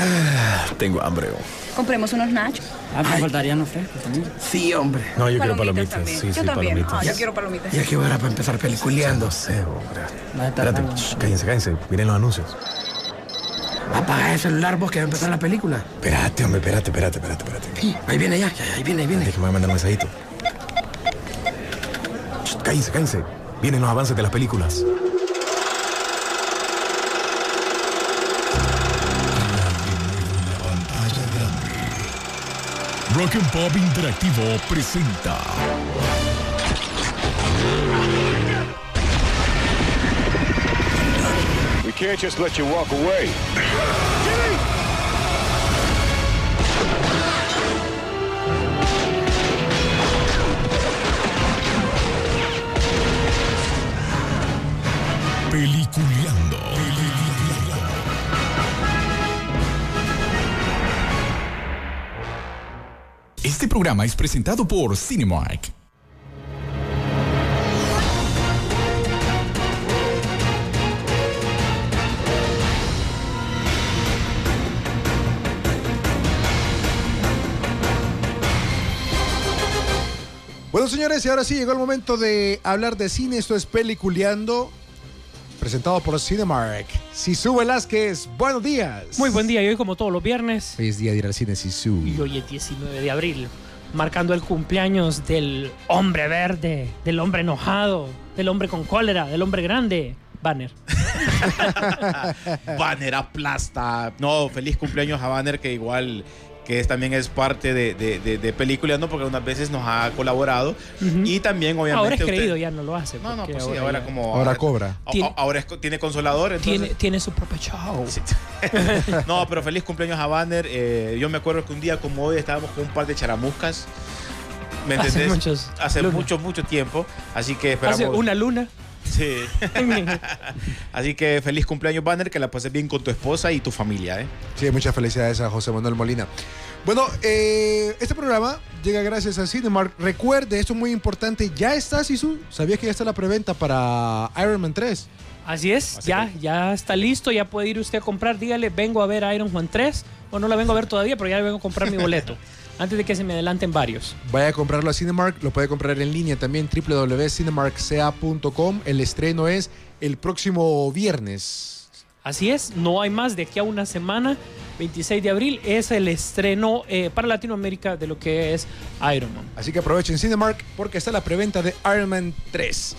Tengo hambre. Compremos unos nachos. Me faltarían los frescos también. Sí, hombre. No, yo quiero palomitas. También. Sí, Yo sí, también. palomitas. Yo quiero palomitas. Ya que hora para empezar peliculeando. No sé, hombre. Va a estar Espérate, cállense. Miren los anuncios. Apaga el celular vos que va a empezar la película. Espérate, hombre, espérate. Ahí viene ya, ahí viene. Déjame mandar un mensajito. Cállense. Vienen los avances de las películas. Rock and Pop Interactivo presenta We can't just let you walk away. Peliculeando. Este programa es presentado por Cinemark. Bueno, señores, y ahora sí llegó el momento de hablar de cine. Esto es Peliculeando, presentado por Cinemark. Sisu Velázquez, buenos días. Muy buen día, y hoy como todos los viernes, Hoy es día de ir al cine, Sisu. y hoy es 19 de abril, marcando el cumpleaños del hombre verde, del hombre enojado, del hombre con cólera, del hombre grande, Banner. Banner aplasta. No, feliz cumpleaños a Banner, que igual también es parte de Peliculeando, porque unas veces nos ha colaborado. Y también, obviamente. Ahora es creído, ya no lo hace. No, porque pues sí, ahora como. Ahora cobra. Ahora tiene consolador. Entonces... Tiene su propio show. Sí. No, pero feliz cumpleaños a Banner. Yo me acuerdo que un día como hoy estábamos con un par de charamuscas. ¿Me entendés? Hace mucho tiempo. Así que esperamos. Hace una luna. Sí. Así que feliz cumpleaños, Banner, que la pases bien con tu esposa y tu familia, ¿eh? Sí, muchas felicidades a José Manuel Molina. Bueno, este programa llega gracias a Cinemark. Recuerde, esto es muy importante, ya está, Sisu. ¿Sabías que ya está la preventa para Iron Man 3? Así es, ya está listo, ya puede ir usted a comprar. Dígale, vengo a ver Iron Man 3, o no la vengo a ver todavía, pero ya le vengo a comprar mi boleto. Antes de que se me adelanten varios. Vaya a comprarlo a Cinemark, lo puede comprar en línea también, www.cinemarkca.com. El estreno es el próximo viernes. Así es, no hay más. De aquí a una semana, 26 de abril, es el estreno para Latinoamérica de lo que es Iron Man. Así que aprovechen Cinemark porque está la preventa de Iron Man 3.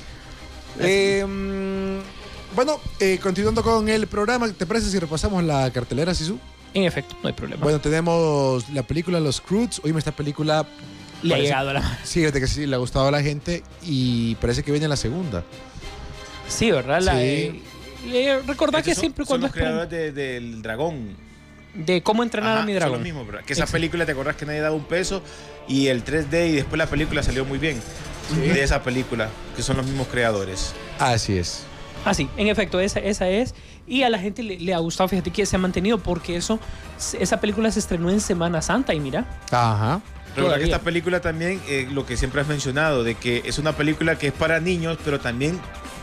Bueno, continuando con el programa, ¿te parece si repasamos la cartelera, Sisu? En efecto, no hay problema. Bueno, tenemos la película Los Croods. Oíme, esta película le ha llegado a la... Sí, de que sí, le ha gustado a la gente y parece que viene la segunda. Sí, ¿verdad? Sí. Recordá que siempre cuando... Son los creadores del Dragón. De cómo entrenar a mi dragón. Son lo mismo, que esa película, ¿te acordás que nadie daba un peso? Y el 3D y después la película salió muy bien. Sí. De esa película, que son los mismos creadores. Así es. Ah, sí, en efecto, esa es. Y a la gente le ha gustado, fíjate que se ha mantenido porque esa película se estrenó en Semana Santa y mira. Ajá. Recuerda que esta película también, lo que siempre has mencionado, de que es una película que es para niños, pero también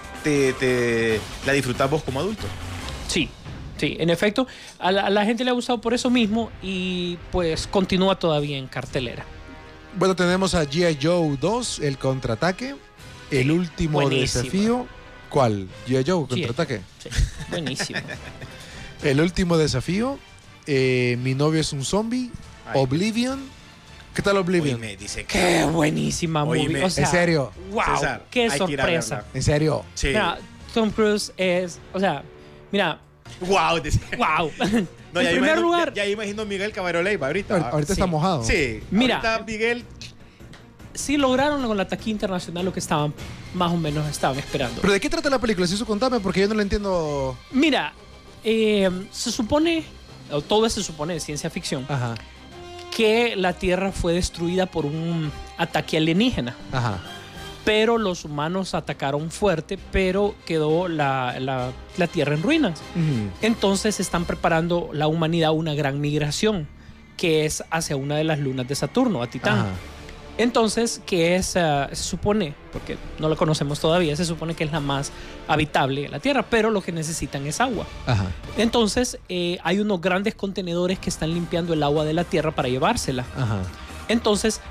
la disfrutás vos como adulto. Sí, en efecto, a la gente le ha gustado por eso mismo y pues continúa todavía en cartelera. Bueno, tenemos a G.I. Joe 2, el contraataque, el último desafío. ¿Cuál? G.I. Joe, contraataque. Sí, buenísimo. El último desafío, Mi novio es un zombie, Oblivion. ¿Qué tal Oblivion? Hoy me dice que... Qué buenísima movie. O sea, ¿en serio? Wow, César, qué sorpresa. ¿En serio? Sí. Mira, Tom Cruise es, o sea, mira. Wow. Wow. No, en primer lugar. Ya imagino Miguel Caballero Leiva ahorita. Ahorita está mojado. Sí. Mira. Ahorita Miguel... Sí lograron con la taquilla internacional lo que estaban esperando. ¿Pero de qué trata la película? Si eso contame, porque yo no lo entiendo. Mira, se supone, o todo se supone de ciencia ficción, ajá, que la Tierra fue destruida por un ataque alienígena. Ajá. Pero los humanos atacaron fuerte, pero quedó la Tierra en ruinas. Entonces están preparando la humanidad una gran migración, que es hacia una de las lunas de Saturno, a Titán. Ajá. Entonces, que es, se supone, porque no la conocemos todavía, se supone que es la más habitable de la Tierra, pero lo que necesitan es agua. Ajá. Entonces, hay unos grandes contenedores que están limpiando el agua de la Tierra para llevársela. Ajá. Entonces,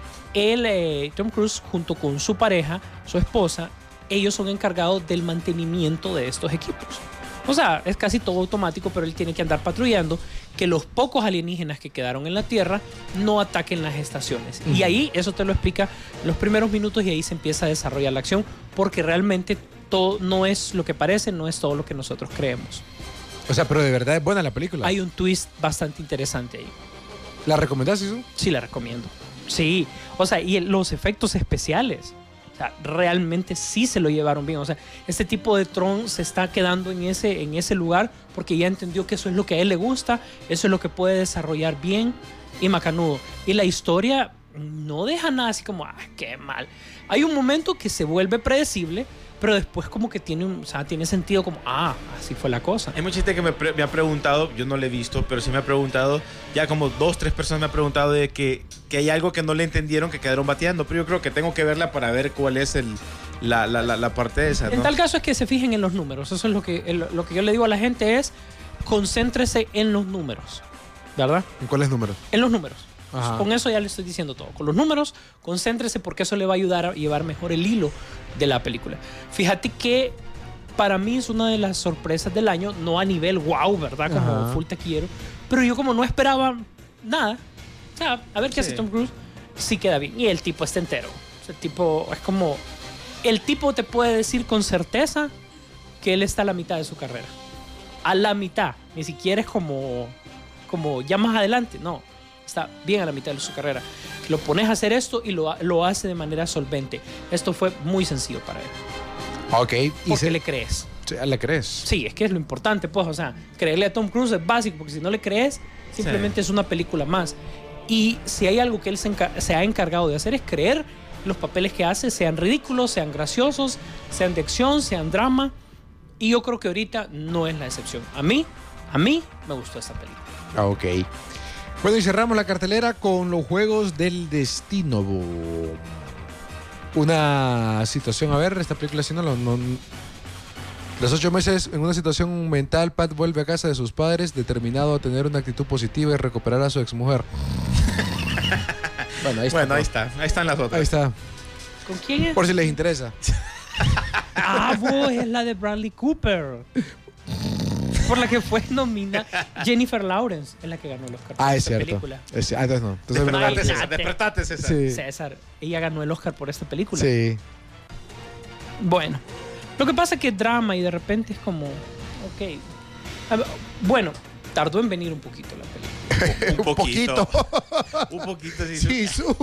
Tom Cruise, junto con su pareja, su esposa, ellos son encargados del mantenimiento de estos equipos. O sea, es casi todo automático, pero él tiene que andar patrullando que los pocos alienígenas que quedaron en la Tierra no ataquen las estaciones. Y ahí, eso te lo explica en los primeros minutos y ahí se empieza a desarrollar la acción, porque realmente todo no es lo que parece, no es todo lo que nosotros creemos. O sea, pero de verdad es buena la película. Hay un twist bastante interesante ahí. ¿La recomendás, Isu? Sí, la recomiendo. Sí, o sea, y los efectos especiales. O sea, realmente sí se lo llevaron bien. O sea, este tipo de Tron se está quedando en ese lugar porque ya entendió que eso es lo que a él le gusta, eso es lo que puede desarrollar bien y macanudo. Y la historia no deja nada así como, qué mal. Hay un momento que se vuelve predecible, pero después como que tiene sentido como, así fue la cosa. Hay mucha gente que me ha preguntado, yo no le he visto, pero sí me ha preguntado, ya como 2-3 personas me han preguntado de que hay algo que no le entendieron, que quedaron bateando, pero yo creo que tengo que verla para ver cuál es la parte de esa, ¿no? En tal caso es que se fijen en los números, eso es lo que yo le digo a la gente es, concéntrese en los números, ¿verdad? ¿En cuáles números? En los números. Ajá. Con eso ya le estoy diciendo todo. Con los números, concéntrese porque eso le va a ayudar a llevar mejor el hilo de la película. Fíjate que para mí es una de las sorpresas del año, no a nivel wow, ¿verdad? Como full taquillero, pero yo como no esperaba nada. O sea, a ver qué hace Tom Cruise, sí queda bien. Y el tipo está entero. El tipo es como... El tipo te puede decir con certeza que él está a la mitad de su carrera. A la mitad. Ni siquiera es como ya más adelante, no. Está bien a la mitad de su carrera. Lo pones a hacer esto y lo hace de manera solvente. Esto fue muy sencillo para él. Ok. Porque le crees. ¿Le crees? Sí, es que es lo importante, pues. O sea, creerle a Tom Cruise es básico, porque si no le crees, simplemente es una película más. Y si hay algo que él se ha encargado de hacer es creer los papeles que hace, sean ridículos, sean graciosos, sean de acción, sean drama. Y yo creo que ahorita no es la excepción. A mí me gustó esta película. Ok. Bueno, y cerramos la cartelera con los Juegos del Destino. Una situación, a ver, esta película si no, los 8 meses en una situación mental, Pat vuelve a casa de sus padres determinado a tener una actitud positiva y recuperar a su exmujer. Bueno, ahí está. Ahí están las otras. Ahí está. ¿Con quién es? Por si les interesa. Es la de Bradley Cooper. Por la que fue nominada Jennifer Lawrence, es la que ganó el Oscar. Es cierto. Película. Entonces no. Despertate, César. Sí. César, ella ganó el Oscar por esta película. Sí. Bueno, lo que pasa es que es drama y de repente es como, ok. Bueno, tardó en venir un poquito la película. Un poquito, sí.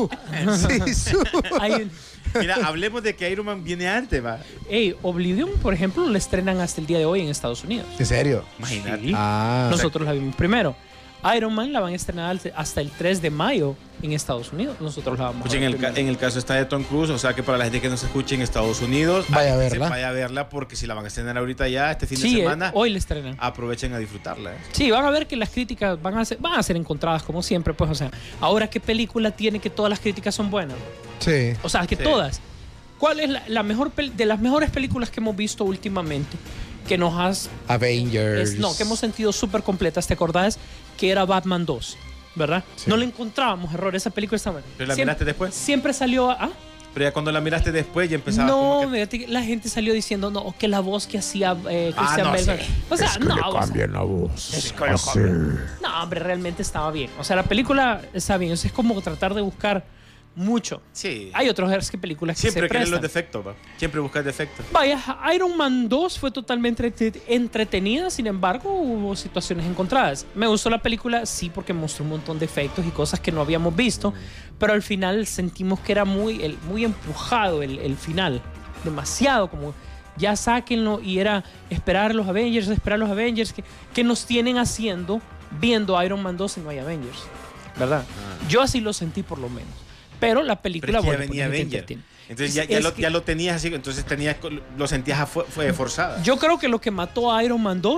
Sí. Mira, hablemos de que Iron Man viene antes, va. Oblivion, por ejemplo, la estrenan hasta el día de hoy en Estados Unidos. ¿En serio? Imagínate. Sí. Nosotros la vimos primero. Iron Man la van a estrenar hasta el 3 de mayo en Estados Unidos. Nosotros la vamos a ver. En el caso está de Tom Cruise, o sea que para la gente que nos escuche en Estados Unidos, vaya a verla porque si la van a estrenar ahorita ya, este fin de semana, hoy la estrenan. Aprovechen a disfrutarla. Sí, van a ver que las críticas van a ser encontradas como siempre, pues, o sea, ahora qué película tiene que todas las críticas son buenas. Sí. O sea, que todas. ¿Cuál es la mejor de las mejores películas que hemos visto últimamente? Que nos has... Avengers. Que hemos sentido súper completas, ¿te acordás? Que era Batman 2, ¿verdad? Sí. No le encontrábamos error, esa película está buena. ¿Pero la miraste después? Siempre salió Pero ya cuando la miraste después ya empezaba la gente salió diciendo, que la voz que hacía Christian Bale. Sí. O sea, cambien la voz. Es que lo cambien. No, hombre, realmente estaba bien. O sea, la película está bien. O sea, es como tratar de buscar mucho. Sí. Hay otras películas que siempre se prestan. Siempre los defectos, ¿va? Siempre buscas defectos. Vaya, Iron Man 2 fue totalmente entretenida, sin embargo, hubo situaciones encontradas. Me gustó la película, sí, porque mostró un montón de efectos y cosas que no habíamos visto, pero al final sentimos que era muy empujado el final. Demasiado, como ya sáquenlo, y era esperar a los Avengers, que nos tienen viendo Iron Man 2 y no hay Avengers, ¿verdad? Yo así lo sentí por lo menos. Pero la película, ya venía Avenger. Entonces ya lo tenías así, entonces lo sentías fue forzada. Yo creo que lo que mató a Iron Man 2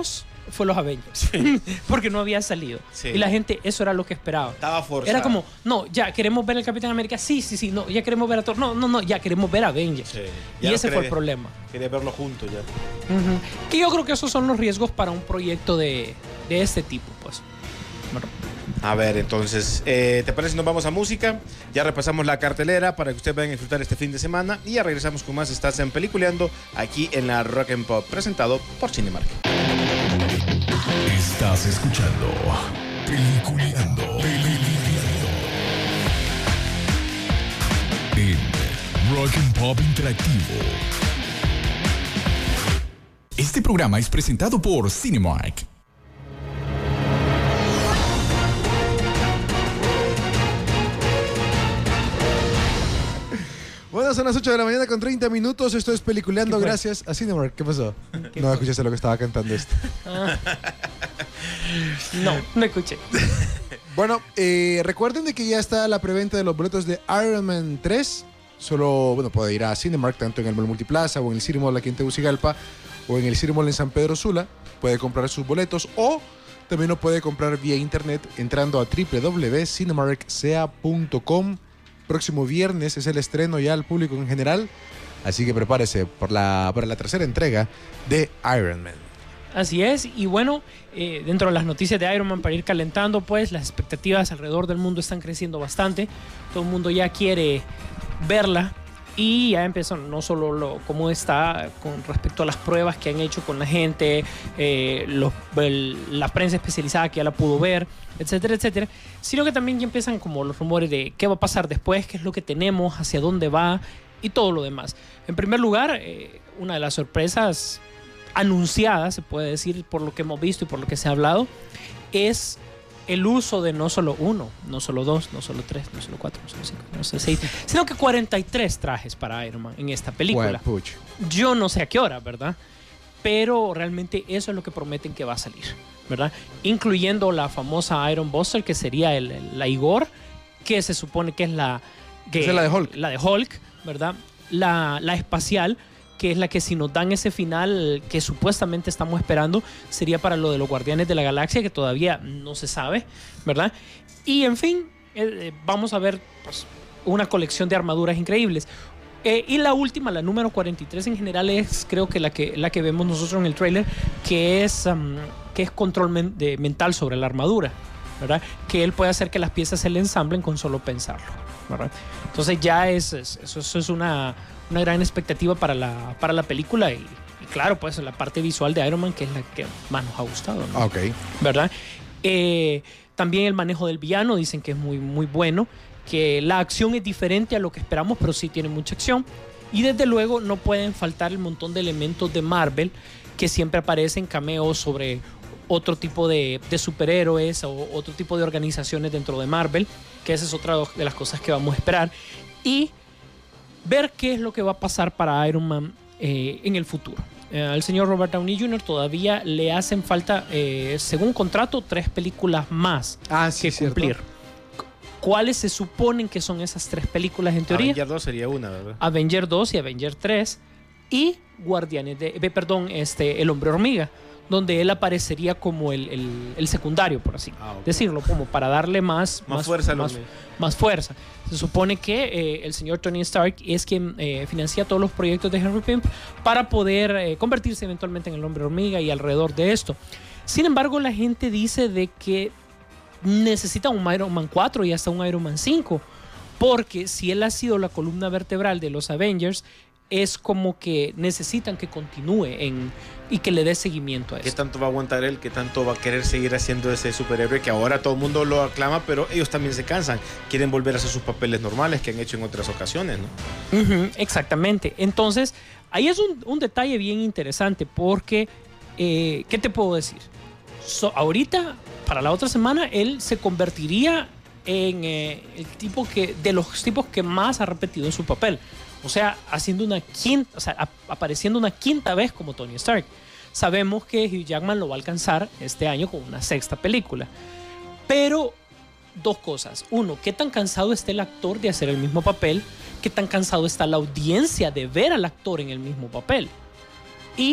fue los Avengers. Porque no había salido. Sí. Y la gente, eso era lo que esperaba. Estaba forzado. Era como, no, ya queremos ver el Capitán América. Sí, no, ya queremos ver a Thor. No, ya queremos ver a Avengers. Sí. Y Ya ese fue el problema. Quería verlo juntos ya. Que yo creo que esos son los riesgos para un proyecto de este tipo, pues. Bueno, A ver, entonces, ¿te parece si nos vamos a música? Ya repasamos la cartelera para que ustedes vayan a disfrutar este fin de semana y ya regresamos con más Estás en Peliculeando aquí en la Rock and Pop, presentado por Cinemark. Estás escuchando Peliculeando. En Rock and Pop Interactivo. Este programa es presentado por Cinemark. Bueno, son las 8 de la mañana con 30 minutos. Esto es Peliculeando gracias a Cinemark. ¿Qué pasó? No escuchaste lo que estaba cantando esto. no escuché. Bueno, recuerden de que ya está la preventa de los boletos de Iron Man 3. Solo, bueno, puede ir a Cinemark, tanto en el Mall Multiplaza o en el Cinemall aquí en Tegucigalpa o en el Cinemall en San Pedro Sula. Puede comprar sus boletos o también lo puede comprar vía internet entrando a www.cinemarksea.com. Próximo viernes es el estreno ya al público en general, así que prepárese para la tercera entrega de Iron Man. Así es, y bueno, dentro de las noticias de Iron Man, para ir calentando, pues las expectativas alrededor del mundo están creciendo bastante. Todo el mundo ya quiere verla y ya empezó no solo cómo está con respecto a las pruebas que han hecho con la gente, la prensa especializada que ya la pudo ver, etcétera, etcétera, sino que también ya empiezan como los rumores de qué va a pasar después, qué es lo que tenemos, hacia dónde va y todo lo demás. En primer lugar, una de las sorpresas anunciadas, se puede decir, por lo que hemos visto y por lo que se ha hablado, es el uso de no solo uno, no solo dos, no solo tres, no solo cuatro, no solo cinco, no solo seis, sino que 43 trajes para Iron Man en esta película. Yo no sé a qué hora, ¿verdad? Pero realmente eso es lo que prometen que va a salir, ¿verdad? Incluyendo la famosa Iron Buster, que sería la Igor, que se supone que es la de Hulk. La de Hulk, ¿verdad? La espacial, que es la que si nos dan ese final que supuestamente estamos esperando, sería para lo de los Guardianes de la Galaxia, que todavía no se sabe, ¿verdad? Y en fin, vamos a ver pues, una colección de armaduras increíbles. Y la última, la número 43 en general, es creo que la que vemos nosotros en el trailer, que es control mental sobre la armadura, ¿verdad? Que él puede hacer que las piezas se le ensamblen con solo pensarlo, ¿verdad? Entonces ya eso es una gran expectativa para la película y claro, pues la parte visual de Iron Man, que es la que más nos ha gustado, ¿no? Ok. ¿Verdad? También el manejo del villano dicen que es muy, muy bueno, que la acción es diferente a lo que esperamos, pero sí tiene mucha acción. Y desde luego no pueden faltar el montón de elementos de Marvel que siempre aparecen, cameos sobre otro tipo de superhéroes o otro tipo de organizaciones dentro de Marvel, que esa es otra de las cosas que vamos a esperar. Y ver qué es lo que va a pasar para Iron Man en el futuro. Al señor Robert Downey Jr. todavía le hacen falta, según contrato, 3 películas más que cumplir. ¿Cuáles se suponen que son esas 3 películas en teoría? Avenger 2 sería una, ¿verdad? Avenger 2 y Avenger 3 y El Hombre Hormiga, donde él aparecería como el secundario, por así decirlo, como para darle más fuerza. Más fuerza. Se supone que el señor Tony Stark es quien financia todos los proyectos de Henry Pym para poder convertirse eventualmente en el Hombre Hormiga y alrededor de esto. Sin embargo, la gente dice de que necesita un Iron Man 4 y hasta un Iron Man 5, porque si él ha sido la columna vertebral de los Avengers, es como que necesitan que continúe y que le dé seguimiento a eso. ¿Qué tanto va a aguantar él? ¿Qué tanto va a querer seguir haciendo ese superhéroe que ahora todo el mundo lo aclama, pero ellos también se cansan? Quieren volver a hacer sus papeles normales que han hecho en otras ocasiones, ¿no? Exactamente. Entonces, ahí es un detalle bien interesante porque, ¿qué te puedo decir? Ahorita, para la otra semana, él se convertiría en de los tipos que más ha repetido en su papel. O sea, apareciendo una quinta vez como Tony Stark. Sabemos que Hugh Jackman lo va a alcanzar este año con una 6ª película. Pero, 2 cosas. Uno, ¿qué tan cansado está el actor de hacer el mismo papel? ¿Qué tan cansado está la audiencia de ver al actor en el mismo papel? Y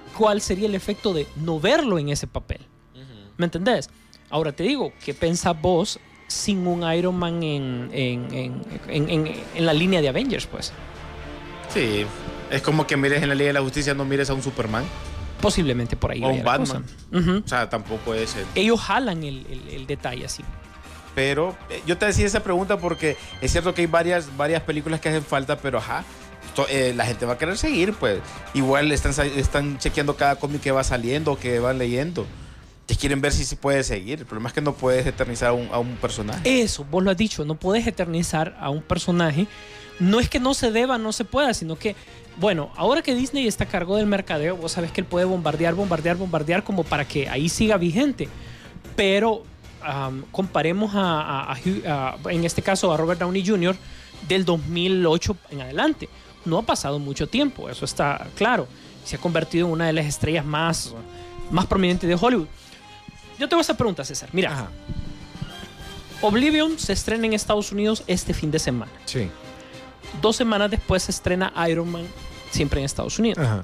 cuál sería el efecto de no verlo en ese papel. ¿Me entendés? Ahora te digo, ¿qué pensás vos sin un Iron Man en la línea de Avengers, pues? Sí, es como que mires en la Liga de la Justicia, no mires a un Superman Posiblemente por ahí. o un vaya la Batman. cosa. Ujú. O sea, tampoco es el... Ellos jalan el detalle así. Pero yo te decía esa pregunta porque es cierto que hay varias películas que hacen falta, pero ajá, la gente va a querer seguir, pues. Igual están chequeando cada cómic que va saliendo, que van leyendo. Que quieren ver si se puede seguir. El problema es que no puedes eternizar a un personaje. Eso, vos lo has dicho, no puedes eternizar a un personaje. No es que no se deba, no se pueda, sino que, bueno, ahora que Disney está a cargo del mercadeo, vos sabés que él puede bombardear como para que ahí siga vigente. Pero comparemos en este caso a Robert Downey Jr. del 2008 en adelante. No ha pasado mucho tiempo, eso está claro. Se ha convertido en una de las estrellas más prominentes de Hollywood. Yo te voy a hacer preguntas, César. Mira, Ajá. Oblivion se estrena en Estados Unidos este fin de semana. Sí. 2 semanas después se estrena Iron Man, siempre en Estados Unidos. Ajá.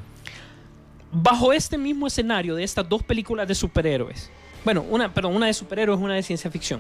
Bajo este mismo escenario de estas dos películas de superhéroes, bueno, una de superhéroes, una de ciencia ficción,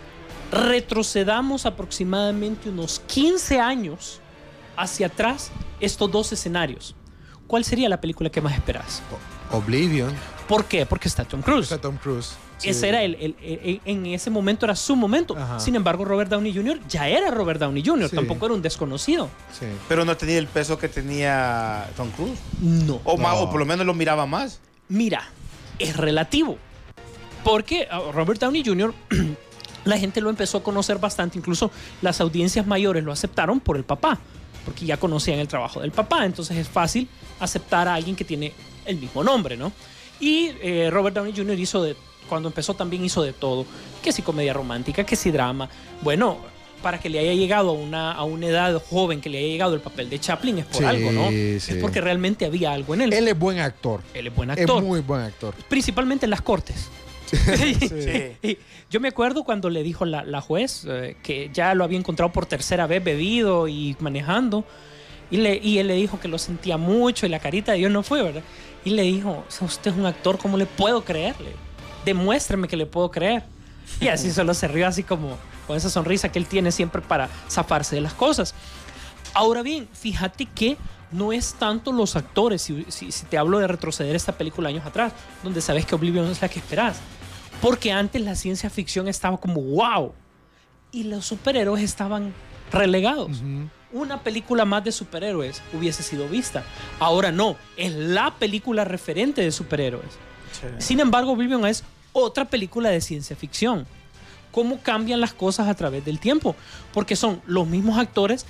retrocedamos aproximadamente unos 15 años hacia atrás estos dos escenarios. ¿Cuál sería la película que más esperas? Oblivion. ¿Por qué? Porque está Tom Cruise. Está Tom Cruise. Sí. Ese era en ese momento era su momento. Ajá. Sin embargo, Robert Downey Jr. ya era Robert Downey Jr., Sí. tampoco era un desconocido. Sí. Pero no tenía el peso que tenía Tom Cruise. No. O, más, No. o por lo menos lo miraba más. Mira, es relativo. Porque Robert Downey Jr., la gente lo empezó a conocer bastante. Incluso las audiencias mayores lo aceptaron por el papá, porque ya conocían el trabajo del papá. Entonces es fácil aceptar a alguien que tiene el mismo nombre, ¿no? Y Robert Downey Jr. cuando empezó también hizo de todo. Que si comedia romántica, que si drama. Bueno, para que le haya llegado a una edad joven, que le haya llegado el papel de Chaplin, es por Sí, algo, ¿no? sí. Es porque realmente había algo en él. Él es buen actor. Él es buen actor. Es muy buen actor. Principalmente en las cortes. Sí. Y yo me acuerdo cuando le dijo la juez que ya lo había encontrado por tercera vez bebido y manejando. Y él le dijo que lo sentía mucho y la carita de Dios no fue, ¿verdad? Y le dijo, si usted es un actor, ¿cómo le puedo creerle? Demuéstrame que le puedo creer. Y así solo se rió así como con esa sonrisa que él tiene siempre para zafarse de las cosas. Ahora bien, fíjate que no es tanto los actores, si te hablo de retroceder esta película años atrás, donde sabes que Oblivion es la que esperás. Porque antes la ciencia ficción estaba como wow y los superhéroes estaban relegados. Una película más de superhéroes hubiese sido vista. Ahora no, es la película referente de superhéroes. Sí. Sin embargo, Oblivion es otra película de ciencia ficción. ¿Cómo cambian las cosas a través del tiempo? Porque son los mismos actores,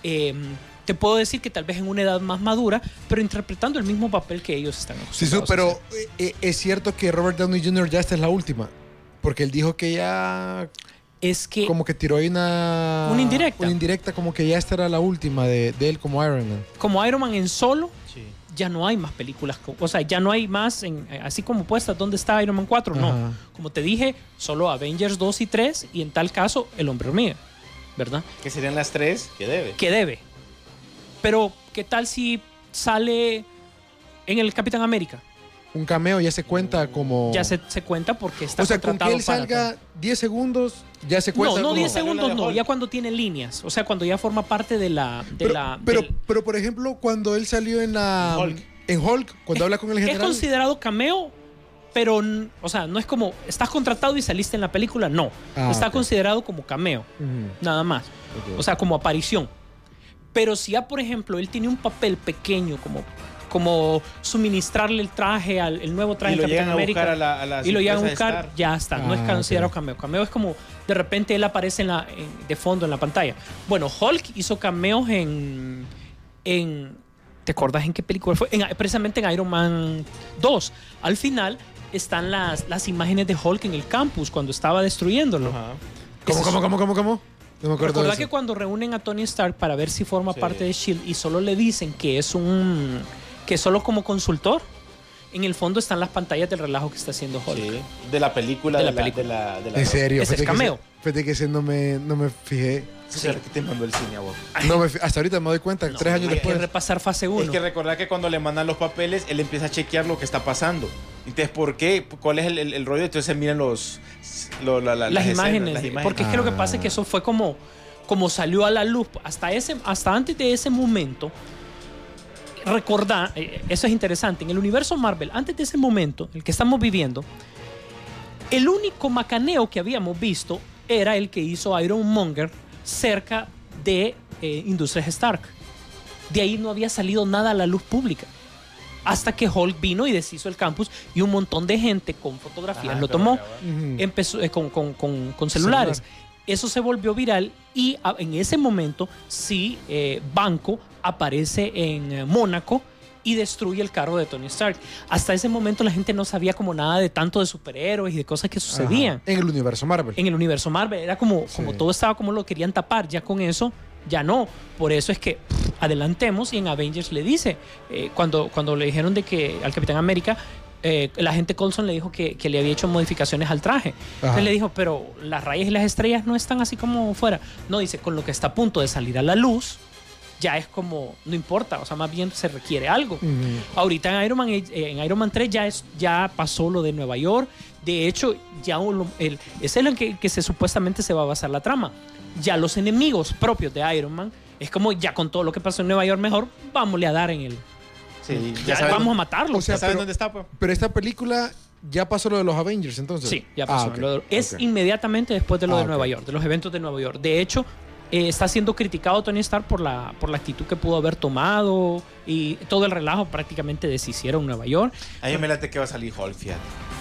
te puedo decir que tal vez en una edad más madura, pero interpretando el mismo papel que ellos están Sí, acostumbrados a pero hacer. es cierto que Robert Downey Jr. ya esta es la última. Porque él dijo que ya Es que como que tiró ahí una indirecta. Una indirecta, como que ya esta era la última de él como Iron Man. como Iron Man en solo, Sí. ya no hay más películas. O sea, ya no hay más, así como puestas, ¿dónde está Iron Man 4? No. Ajá. Como te dije, solo Avengers 2 y 3 y en tal caso El Hombre Hormiga, ¿verdad? Que serían las 3 que debe. Que debe. Pero, ¿qué tal si sale en el Capitán América? Un cameo ya se cuenta como... Ya se cuenta porque está o sea, con que contratado él para salga 10 segundos, ya se cuenta No, como... 10 Salió segundos la de no, Hulk. ya cuando tiene líneas. O sea, cuando ya forma parte de la... Pero, por ejemplo, cuando él salió en la... Hulk. En Hulk, cuando habla con el es general... considerado cameo, pero, o sea, no es como, estás contratado y saliste en la película, no. Ah, Está ok. considerado como cameo, Ujú. nada más. Ok. O sea, como aparición. Pero si ya, por ejemplo, él tiene un papel pequeño, como suministrarle el traje, el nuevo traje Y lo del Capitán llegan a América, buscar a la y lo llegan a empresa de buscar, Star. ya está. No es Ah, considerado ok. cameo. Cameo es como, de repente él aparece de fondo en la pantalla. Bueno, Hulk hizo cameos en ¿te acordás en qué película fue? Precisamente en Iron Man 2. Al final están las imágenes de Hulk en el campus cuando estaba destruyéndolo. Ajá. ¿Cómo? No me acuerdo de ¿Recordás eso. que cuando reúnen a Tony Stark para ver si forma Sí. parte de S.H.I.E.L.D. y solo le dicen que es solo como consultor? en el fondo están las pantallas del relajo que está haciendo Hulk. Sí, de la película. De la película. En serio. Ese es cameo. Fíjate que ese no me fijé. Sí. Que te mandó el cine a vos. Hasta ahorita me doy cuenta, 3 años Hay que después. repasar fase 1. Es que recordar que cuando le mandan los papeles, él empieza a chequear lo que está pasando. Entonces, ¿por qué? ¿Cuál es el rollo? Entonces miren las imágenes. escenas. Porque es que lo que pasa es que eso fue como salió a la luz. Hasta antes de ese momento, recordar, eso es interesante, en el universo Marvel, antes de ese momento, el que estamos viviendo, el único macaneo que habíamos visto era el que hizo Iron Monger cerca de Industrias Stark. De ahí no había salido nada a la luz pública. Hasta que Hulk vino y deshizo el campus y un montón de gente con fotografías lo tomó. Empezó con celulares. Eso se volvió viral y en ese momento sí, Banco aparece en Mónaco y destruye el carro de Tony Stark. Hasta ese momento la gente no sabía como nada de tanto de superhéroes y de cosas que sucedían. En el universo Marvel. En el universo Marvel. Era como todo estaba como lo querían tapar. Ya con eso, ya no. Por eso es que adelantemos y en Avengers le dice, cuando le dijeron de que al Capitán América, la gente Coulson le dijo que le había hecho modificaciones al traje. Entonces le dijo, pero las rayas y las estrellas no están así como fuera. No, dice, con lo que está a punto de salir a la luz, ya es como, no importa, o sea, más bien se requiere algo. Ahorita en Iron Man 3 ya pasó lo de Nueva York. De hecho, ya ese es el que supuestamente se va a basar la trama. Ya los enemigos propios de Iron Man, es como ya con todo lo que pasó en Nueva York, mejor vámosle a dar en el... Sí, ya vamos a matarlo. O sea, ¿saben dónde está? Pues? Pero esta película ya pasó lo de los Avengers, entonces. Sí, ya pasó. Okay. Es inmediatamente después de lo de Nueva York, de los eventos de Nueva York. De hecho, está siendo criticado Tony Stark por la actitud que pudo haber tomado y todo el relajo prácticamente deshicieron en Nueva York. A mí me late que va a salir Hulk, fíjate.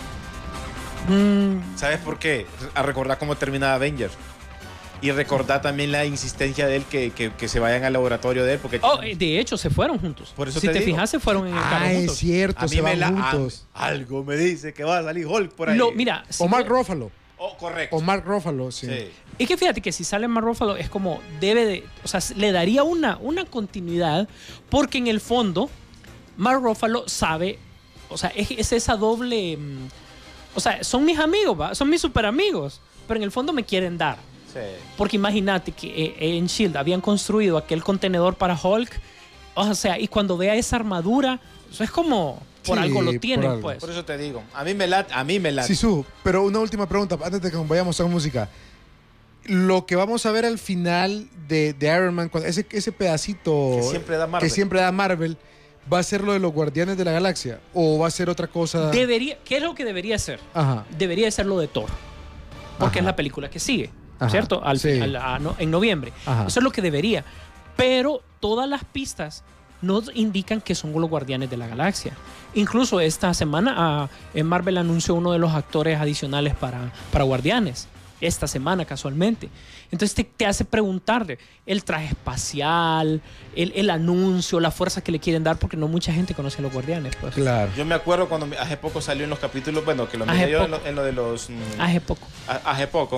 ¿Sabes por qué? A recordar cómo termina Avengers. Y recordar también la insistencia de él que se vayan al laboratorio de él. Porque de hecho, se fueron juntos. Por eso si te digo. fijas, se fueron en el carro juntos. Es cierto, se van juntos. Algo me dice que va a salir Hulk por ahí. Mira, o Mark Ruffalo. Correcto. O Mark Ruffalo, sí. Es que fíjate que si sale Mark Ruffalo es como o sea, le daría una continuidad porque en el fondo Mark Ruffalo sabe, o sea, es esa doble, o sea, son mis amigos, ¿va? Son mis super amigos, pero en el fondo me quieren dar. Sí. Porque imagínate que en S.H.I.E.L.D. habían construido aquel contenedor para Hulk, o sea, y cuando vea esa armadura, eso es como... Por algo lo tienen, pues. Por eso te digo. A mí me late. Sisu, pero una última pregunta antes de que nos vayamos a música. Lo que vamos a ver al final de Iron Man, ese pedacito que siempre da Marvel, ¿va a ser lo de los Guardianes de la Galaxia? ¿O va a ser otra cosa? ¿Qué es lo que debería ser? Ajá. Debería ser lo de Thor. Porque es la película que sigue, ¿cierto? En noviembre. Ajá. Eso es lo que debería. Pero todas las pistas nos indican que son los Guardianes de la Galaxia. Incluso esta semana Marvel anunció uno de los actores adicionales para Guardianes. Esta semana, casualmente. Entonces te hace preguntarle el traje espacial, el anuncio, la fuerza que le quieren dar, porque no mucha gente conoce a los Guardianes. Pues. Claro. Yo me acuerdo cuando hace poco salió en los capítulos, bueno, que lo miré yo en lo de los... Hace poco. Hace poco.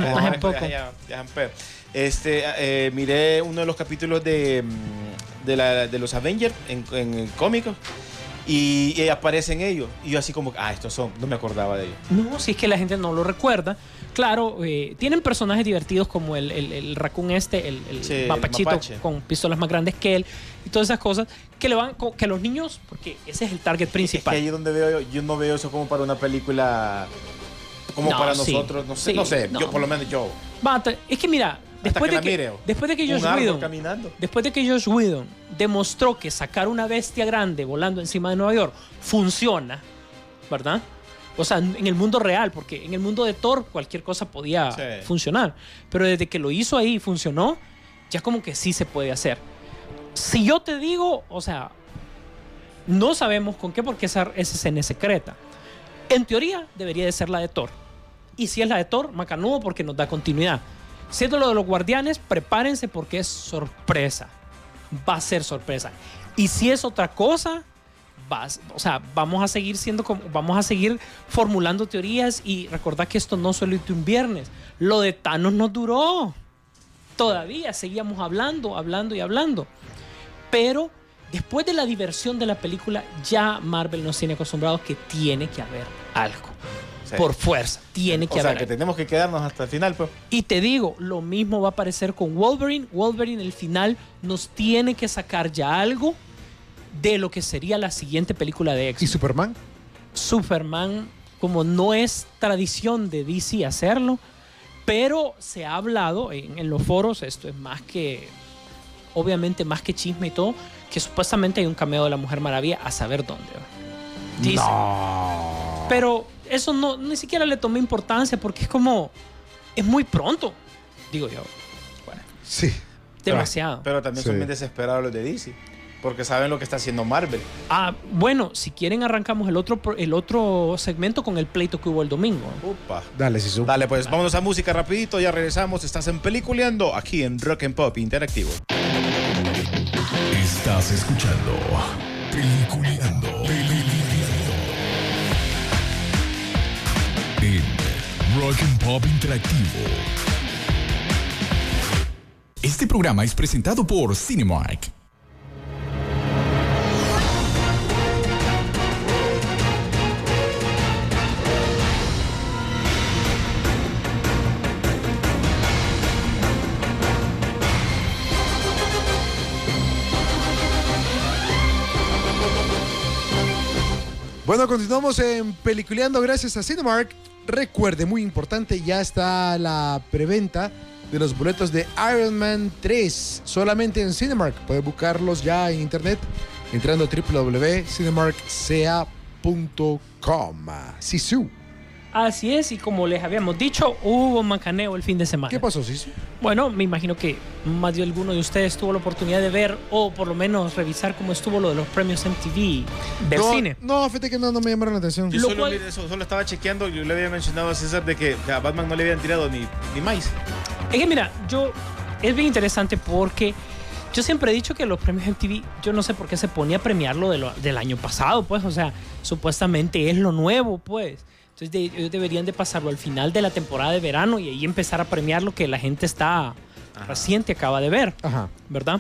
Miré uno de los capítulos de los Avengers en cómicos y aparecen ellos. Y yo así como, estos son, no me acordaba de ellos. No, si es que la gente no lo recuerda. Claro, tienen personajes divertidos como el raccoon el mapachito con pistolas más grandes que él y todas esas cosas que los niños, porque ese es el target principal. Es que ahí donde veo yo no veo eso como para una película como para nosotros, no sé, yo por lo menos yo. Es que mira, después de que Josh Whedon demostró que sacar una bestia grande volando encima de Nueva York funciona, ¿verdad? O sea, en el mundo real, porque en el mundo de Thor cualquier cosa podía funcionar. Pero desde que lo hizo ahí y funcionó, ya como que sí se puede hacer. Si yo te digo, o sea, no sabemos con qué, porque esa escena es secreta. En teoría, debería de ser la de Thor. Y si es la de Thor, macanudo, porque nos da continuidad. Siendo lo de los Guardianes, prepárense porque es sorpresa. Va a ser sorpresa. Y si es otra cosa... vamos a seguir formulando teorías y recordad que esto no solo hizo un viernes. Lo de Thanos nos duró. Todavía seguíamos hablando. Pero después de la diversión de la película, ya Marvel nos tiene acostumbrados que tiene que haber algo. Sí. Por fuerza, tiene que O sea, haber que algo. tenemos que quedarnos hasta el final, pues. Y te digo, lo mismo va a aparecer con Wolverine. Wolverine, el final, nos tiene que sacar ya algo de lo que sería la siguiente película de ¿Y X-Men. Superman? Superman, como no es tradición de DC hacerlo, pero se ha hablado en los foros, esto es más que, obviamente más que chisme y todo, que supuestamente hay un cameo de la Mujer Maravilla a saber dónde. Dicen. Pero eso no, ni siquiera le tomé importancia porque es como, es muy pronto, digo yo. Bueno, Sí. demasiado. Pero también Sí. son bien desesperados los de DC. Porque saben lo que está haciendo Marvel. Bueno, si quieren arrancamos el otro segmento con el pleito que hubo el domingo. Upa. Dale, Sisu. Dale, pues vámonos a música rapidito. Ya regresamos. Estás en Peliculeando aquí en Rock and Pop Interactivo. Estás escuchando Peliculeando. En Rock and Pop Interactivo. Este programa es presentado por Cinemark. Bueno, continuamos en Peliculeando gracias a Cinemark. Recuerde, muy importante, ya está la preventa de los boletos de Iron Man 3 solamente en Cinemark. Puedes buscarlos ya en internet entrando a www.cinemarkca.com. Sisu, Así es, y como les habíamos dicho, hubo macaneo el fin de semana. ¿qué pasó, Sisu? Bueno, me imagino que más de alguno de ustedes tuvo la oportunidad de ver o por lo menos revisar cómo estuvo lo de los premios MTV del cine. No, fíjate que no me llamaron la atención. Yo Lo solo, cual- solo estaba chequeando. Yo le había mencionado a César de que a Batman no le habían tirado ni maíz. Es que mira, es bien interesante porque yo siempre he dicho que los premios MTV, yo no sé por qué se ponía a premiarlo del año pasado, pues, o sea, supuestamente es lo nuevo, pues. Entonces ellos deberían de pasarlo al final de la temporada de verano y ahí empezar a premiar lo que la gente está reciente acaba de ver, Ajá. ¿verdad?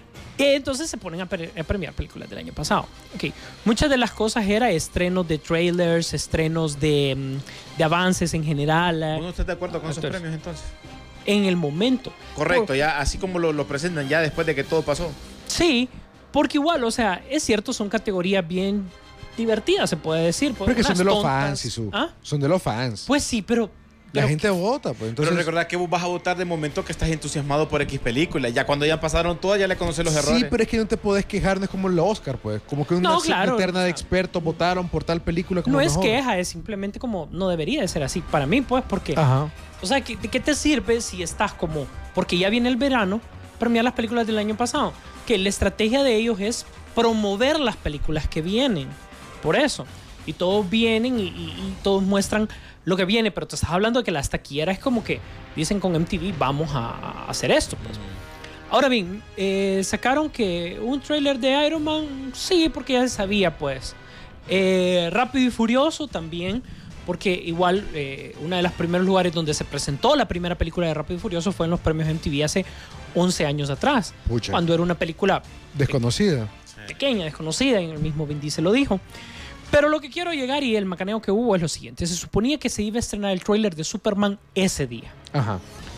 Y entonces se ponen a premiar películas del año pasado. Okay. Muchas de las cosas eran estrenos de trailers, estrenos de avances en general. ¿Vos no estás de acuerdo con esos Entonces, premios entonces? En el momento. Correcto, ya así como lo presentan ya después de que todo pasó. Sí, porque igual, o sea, es cierto, son categorías bien divertidas, se puede decir. Pero que son unas de los tontas. fans, Sisu. ¿Ah? Son de los fans. Pues sí, pero la gente vota, pues. Entonces, Pero recordad que vos vas a votar de momento que estás entusiasmado por X película. Ya cuando ya pasaron todas, ya le conoces los errores. sí, pero es que no te podés quejar, no es como el Oscar, pues. Como que una No, claro, eterna o de sea, expertos votaron por tal película como no es mejor. queja, es simplemente como no debería de ser así. Para mí, pues, porque, Ajá. o sea, ¿de qué te sirve si estás como, porque ya viene el verano, premiar las películas del año pasado? Que la estrategia de ellos es promover las películas que vienen. Por eso. Y todos vienen y todos muestran lo que viene, pero te estás hablando de que las taquilleras es como que dicen con MTV vamos a hacer esto, pues. Ahora bien, sacaron que un tráiler de Iron Man, sí, porque ya se sabía, pues. Rápido y Furioso también, porque igual uno de los primeros lugares donde se presentó la primera película de Rápido y Furioso fue en los premios MTV hace 11 años atrás, Pucha. cuando era una película Desconocida. pequeña, desconocida, y el mismo Vin Diesel lo dijo. Pero lo que quiero llegar y el macaneo que hubo es lo siguiente. Se suponía que se iba a estrenar el tráiler de Superman ese día. Ajá.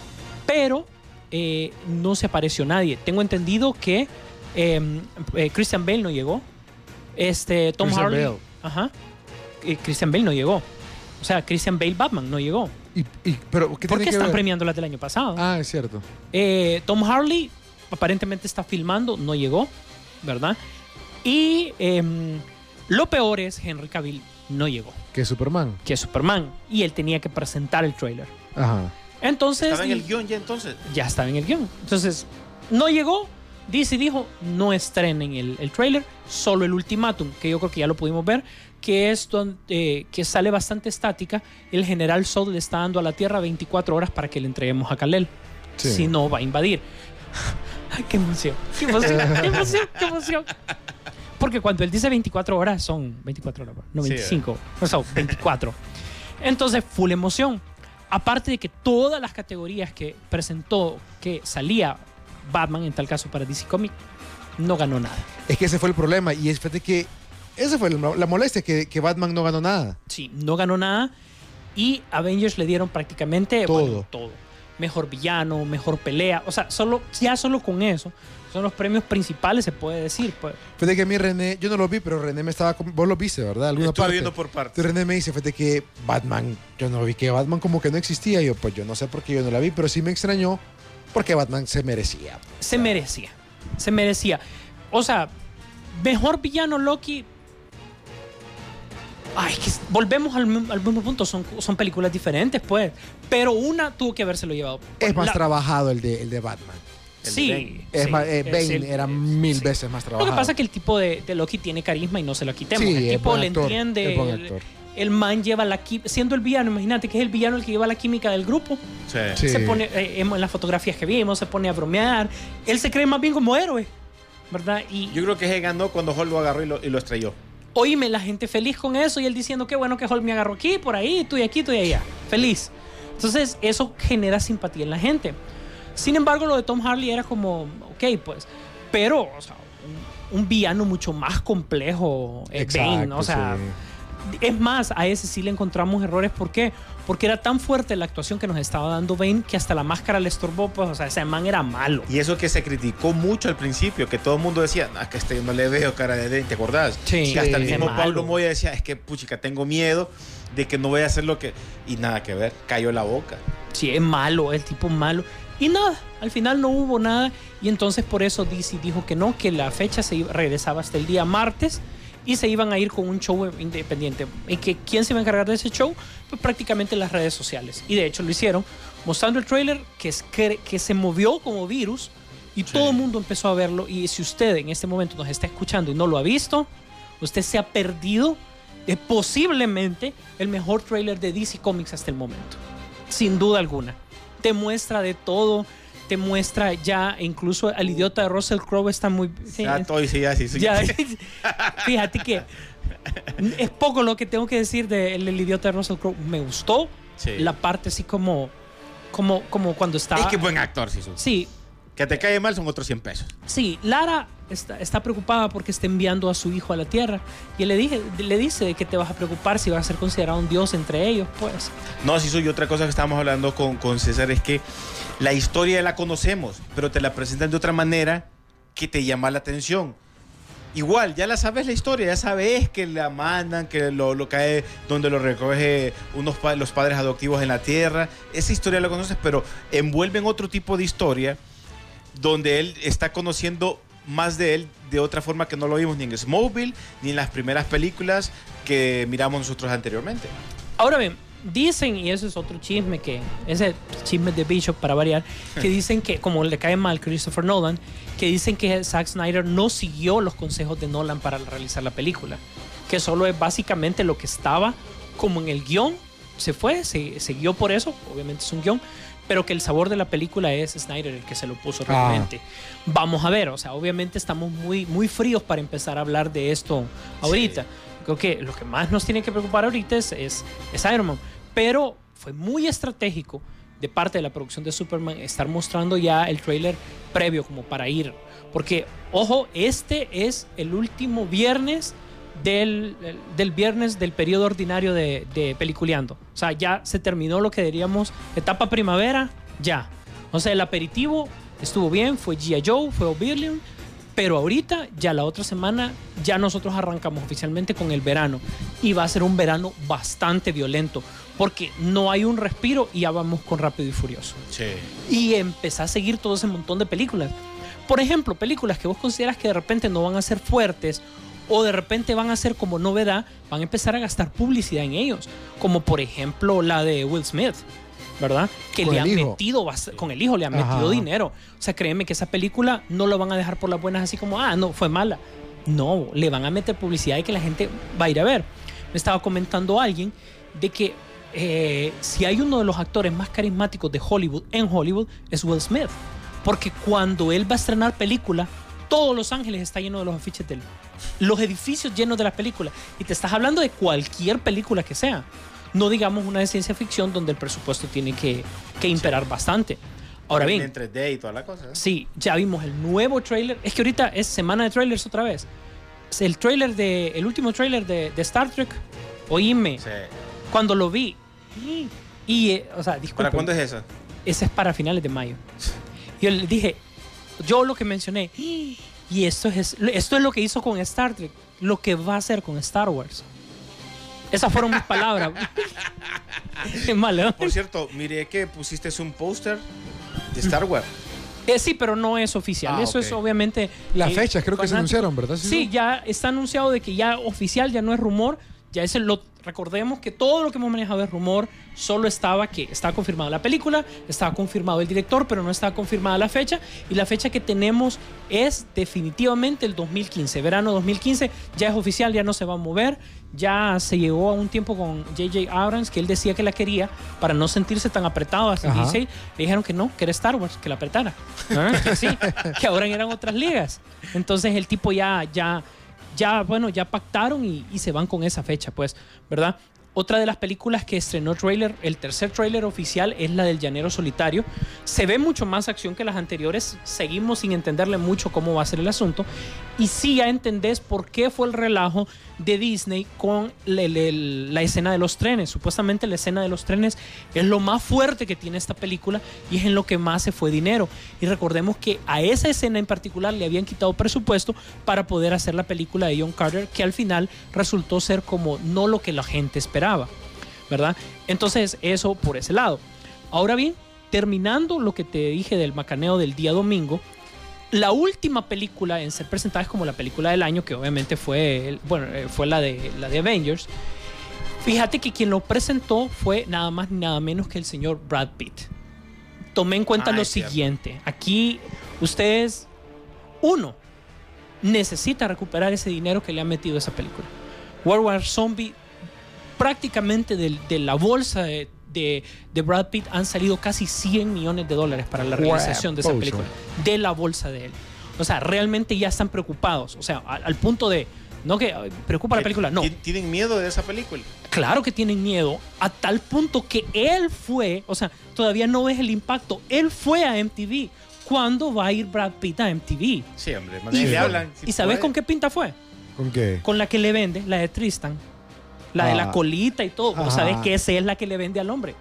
Pero no se apareció nadie. Tengo entendido que Christian Bale no llegó. Tom Christian Harley. Bale. Ajá. Christian Bale no llegó. O sea, Christian Bale Batman no llegó. Pero, ¿qué ¿Por tiene qué que están ver? premiando las del año pasado? Ah, es cierto. Tom Harley aparentemente está filmando, no llegó, ¿verdad? Y lo peor es Henry Cavill no llegó, Que es Superman. que es Superman, y él tenía que presentar el tráiler. Ajá. Entonces Estaba en el guión ya entonces. ya estaba en el guión. Entonces no llegó. DC dijo no estrenen el tráiler, solo el ultimátum, que yo creo que ya lo pudimos ver, que es donde, que sale bastante estática. El general Zod le está dando a la Tierra 24 horas para que le entreguemos a Kal-El. Sí. Si no, va a invadir. Ay, qué emoción, qué emoción, qué emoción, qué emoción. Porque cuando él dice 24 horas, son 24 horas, no Sí, 25, o sea, 24. Entonces, full emoción. Aparte de que todas las categorías que presentó, que salía Batman, en tal caso para DC Comics, no ganó nada. Es que ese fue el problema. Y fíjate que esa fue la molestia, que Batman no ganó nada. Sí, no ganó nada. Y Avengers le dieron prácticamente todo. Mejor villano, mejor pelea. O sea, solo con eso. Son los premios principales, se puede decir. Pues. Fíjate que a mí René, yo no lo vi, pero René me estaba... Vos lo viste, ¿verdad? ¿Alguna Estuve parte? viendo por partes. Entonces René me dice, fíjate que Batman, yo no vi que Batman como que no existía. Y yo, pues yo no sé por qué yo no la vi, pero sí me extrañó porque Batman se merecía. Se merecía. O sea, mejor villano Loki... Ay, que volvemos al mismo punto, son películas diferentes, pues. Pero una tuvo que habérselo llevado. Es más trabajado el de Batman. Sí. Bane era mil veces más trabajado. Lo que pasa es que el tipo de Loki tiene carisma y no se lo quitemos. Sí, el tipo le actor, entiende. es buen actor. El man lleva siendo el villano, imagínate que es el villano el que lleva la química del grupo. Sí. Se pone, en las fotografías que vimos, se pone a bromear. Él se cree más bien como héroe, ¿verdad? Y Yo creo que se ganó cuando Hulk lo agarró y lo estrelló. oíme, la gente feliz con eso y él diciendo qué bueno que Hulk me agarró aquí, por ahí, estoy aquí, estoy allá. Feliz. Entonces, eso genera simpatía en la gente. Sin embargo, lo de Tom Hardy era como, ok, pues. Pero, o sea, un villano mucho más complejo, Bane, o sea. Sí. Es más, a ese sí le encontramos errores. ¿Por qué? Porque era tan fuerte la actuación que nos estaba dando Bane que hasta la máscara le estorbó. Pues, o sea, ese man era malo. Y eso que se criticó mucho al principio, que todo el mundo decía, no, es que yo no le veo cara de ¿te acordás? Sí. Que hasta el Sí. mismo Malo. Pablo Moya decía, es que puchica, tengo miedo de que no voy a hacer lo que... Y nada que ver, cayó la boca. Sí, es malo, el tipo malo. Y nada, al final no hubo nada. Y entonces por eso DC dijo que no, que la fecha regresaba hasta el día martes y se iban a ir con un show independiente. ¿Y que quién se iba a encargar de ese show? Pues prácticamente las redes sociales. Y de hecho lo hicieron, mostrando el tráiler que se movió como virus y todo el mundo empezó a verlo. Y si usted en este momento nos está escuchando y no lo ha visto, usted se ha perdido de posiblemente el mejor tráiler de DC Comics hasta el momento. Sin duda alguna. Te muestra de todo. Te muestra ya, incluso al idiota de Russell Crowe está muy... Ya estoy, sí. Ya, fíjate que es poco lo que tengo que decir del idiota de Russell Crowe. Me gustó la parte así como cuando está... Es que buen actor, sí. Sí. Que te cae mal son otros 100 pesos. Sí, Lara está preocupada porque está enviando a su hijo a la Tierra. Y él le dice que te vas a preocupar si vas a ser considerado un dios entre ellos, pues. No, sí, y otra cosa que estábamos hablando con César es que la historia la conocemos, pero te la presentan de otra manera que te llama la atención. Igual, ya la sabes la historia, ya sabes que la mandan, que lo cae donde lo recoge los padres adoptivos en la Tierra. Esa historia la conoces, pero envuelven otro tipo de historia donde él está conociendo más de él de otra forma que no lo vimos ni en Smallville ni en las primeras películas que miramos nosotros anteriormente. Ahora bien, dicen, y eso es otro chisme, ese chisme de Bishop para variar, que dicen que, como le cae mal Christopher Nolan, que dicen que Zack Snyder no siguió los consejos de Nolan para realizar la película, que solo es básicamente lo que estaba como en el guión, se guió por eso, obviamente es un guión, pero que el sabor de la película es Snyder el que se lo puso realmente. Vamos a ver, o sea, obviamente estamos muy, muy fríos para empezar a hablar de esto ahorita. Sí. Creo que lo que más nos tiene que preocupar ahorita es Iron Man. Pero fue muy estratégico de parte de la producción de Superman estar mostrando ya el tráiler previo como para ir. Porque, ojo, este es el último viernes del viernes del periodo ordinario de Peliculeando. O sea, ya se terminó lo que diríamos etapa primavera, ya. O sea, el aperitivo estuvo bien, fue G.I. Joe, fue Oblivion, pero ahorita, ya la otra semana, ya nosotros arrancamos oficialmente con el verano. Y va a ser un verano bastante violento, porque no hay un respiro y ya vamos con Rápido y Furioso. Sí. Y empezar a seguir todo ese montón de películas. Por ejemplo, películas que vos consideras que de repente no van a ser fuertes o de repente van a ser como novedad, van a empezar a gastar publicidad en ellos. Como por ejemplo la de Will Smith, ¿verdad? Que le han metido, con el hijo le han metido dinero. O sea, créeme que esa película no la van a dejar por las buenas así como, no, fue mala. No, le van a meter publicidad y que la gente va a ir a ver. Me estaba comentando alguien de que si hay uno de los actores más carismáticos de Hollywood, en Hollywood, es Will Smith. Porque cuando él va a estrenar película, todo Los Ángeles está lleno de los afiches de él. Los edificios llenos de las películas. Y te estás hablando de cualquier película que sea. No digamos una de ciencia ficción donde el presupuesto tiene que imperar bastante. Ahora bien, En 3D y toda la cosa. sí, ya vimos el nuevo trailer. Es que ahorita es semana de trailers otra vez. Es el último trailer de Star Trek. Oíme, Sí. cuando lo vi. O sea, disculpe. ¿Para cuándo es esa? Ese es para finales de mayo. Yo le dije, yo lo que mencioné, y esto es lo que hizo con Star Trek, lo que va a hacer con Star Wars. Esas fueron mis palabras. Es malo. Por cierto, miré que pusiste un póster de Star Wars. Sí, pero no es oficial. Ah, Eso ok. es obviamente... Las fechas creo que se con- anunciaron, ¿verdad? Sí, ya está anunciado de que ya oficial, ya no es rumor. Ya recordemos que todo lo que hemos manejado es rumor. Solo estaba confirmada la película, estaba confirmado el director, pero no estaba confirmada la fecha. Y la fecha que tenemos es definitivamente el 2015. Verano 2015 ya es oficial, ya no se va a mover. Ya se llegó a un tiempo con J.J. Abrams que él decía que la quería para no sentirse tan apretado hasta el Ajá. 16. Le dijeron que no, que era Star Wars, que la apretara. Que sí, que ahora eran otras ligas. Entonces el tipo ya pactaron y se van con esa fecha, pues, ¿verdad? Otra de las películas que estrenó el tercer tráiler oficial es la del Llanero Solitario. Se ve mucho más acción que las anteriores. Seguimos sin entenderle mucho cómo va a ser el asunto. Y sí ya entendés por qué fue el relajo de Disney con la escena de los trenes. Supuestamente la escena de los trenes es lo más fuerte que tiene esta película y es en lo que más se fue dinero. Y recordemos que a esa escena en particular le habían quitado presupuesto para poder hacer la película de John Carter, que al final resultó ser como no lo que la gente esperaba, ¿verdad? Entonces eso por ese lado. Ahora bien, terminando lo que te dije del macaneo del día domingo, la última película en ser presentada es como la película del año, que obviamente fue la de Avengers. Fíjate que quien lo presentó fue nada más ni nada menos que el señor Brad Pitt. Tomé en cuenta lo Es cierto. siguiente. Aquí ustedes, uno, necesita recuperar ese dinero que le ha metido a esa película. World War Zombie, prácticamente de la bolsa de Brad Pitt han salido casi $100 millones para la realización de esa Huepucha. película, de la bolsa de él. O sea, realmente ya están preocupados. O sea, al punto de, no que preocupa la película, no. ¿Tienen miedo de esa película? Claro que tienen miedo, a tal punto que él fue, o sea, todavía no ves el impacto, él fue a MTV. ¿Cuándo va a ir Brad Pitt a MTV? Sí, hombre. Y, Le hablan. ¿y sabes con qué pinta fue? ¿Con qué? Con la que le vende, la de Tristan. La de la colita y todo. Vos Ajá. sabés que esa es la que le vende al hombre.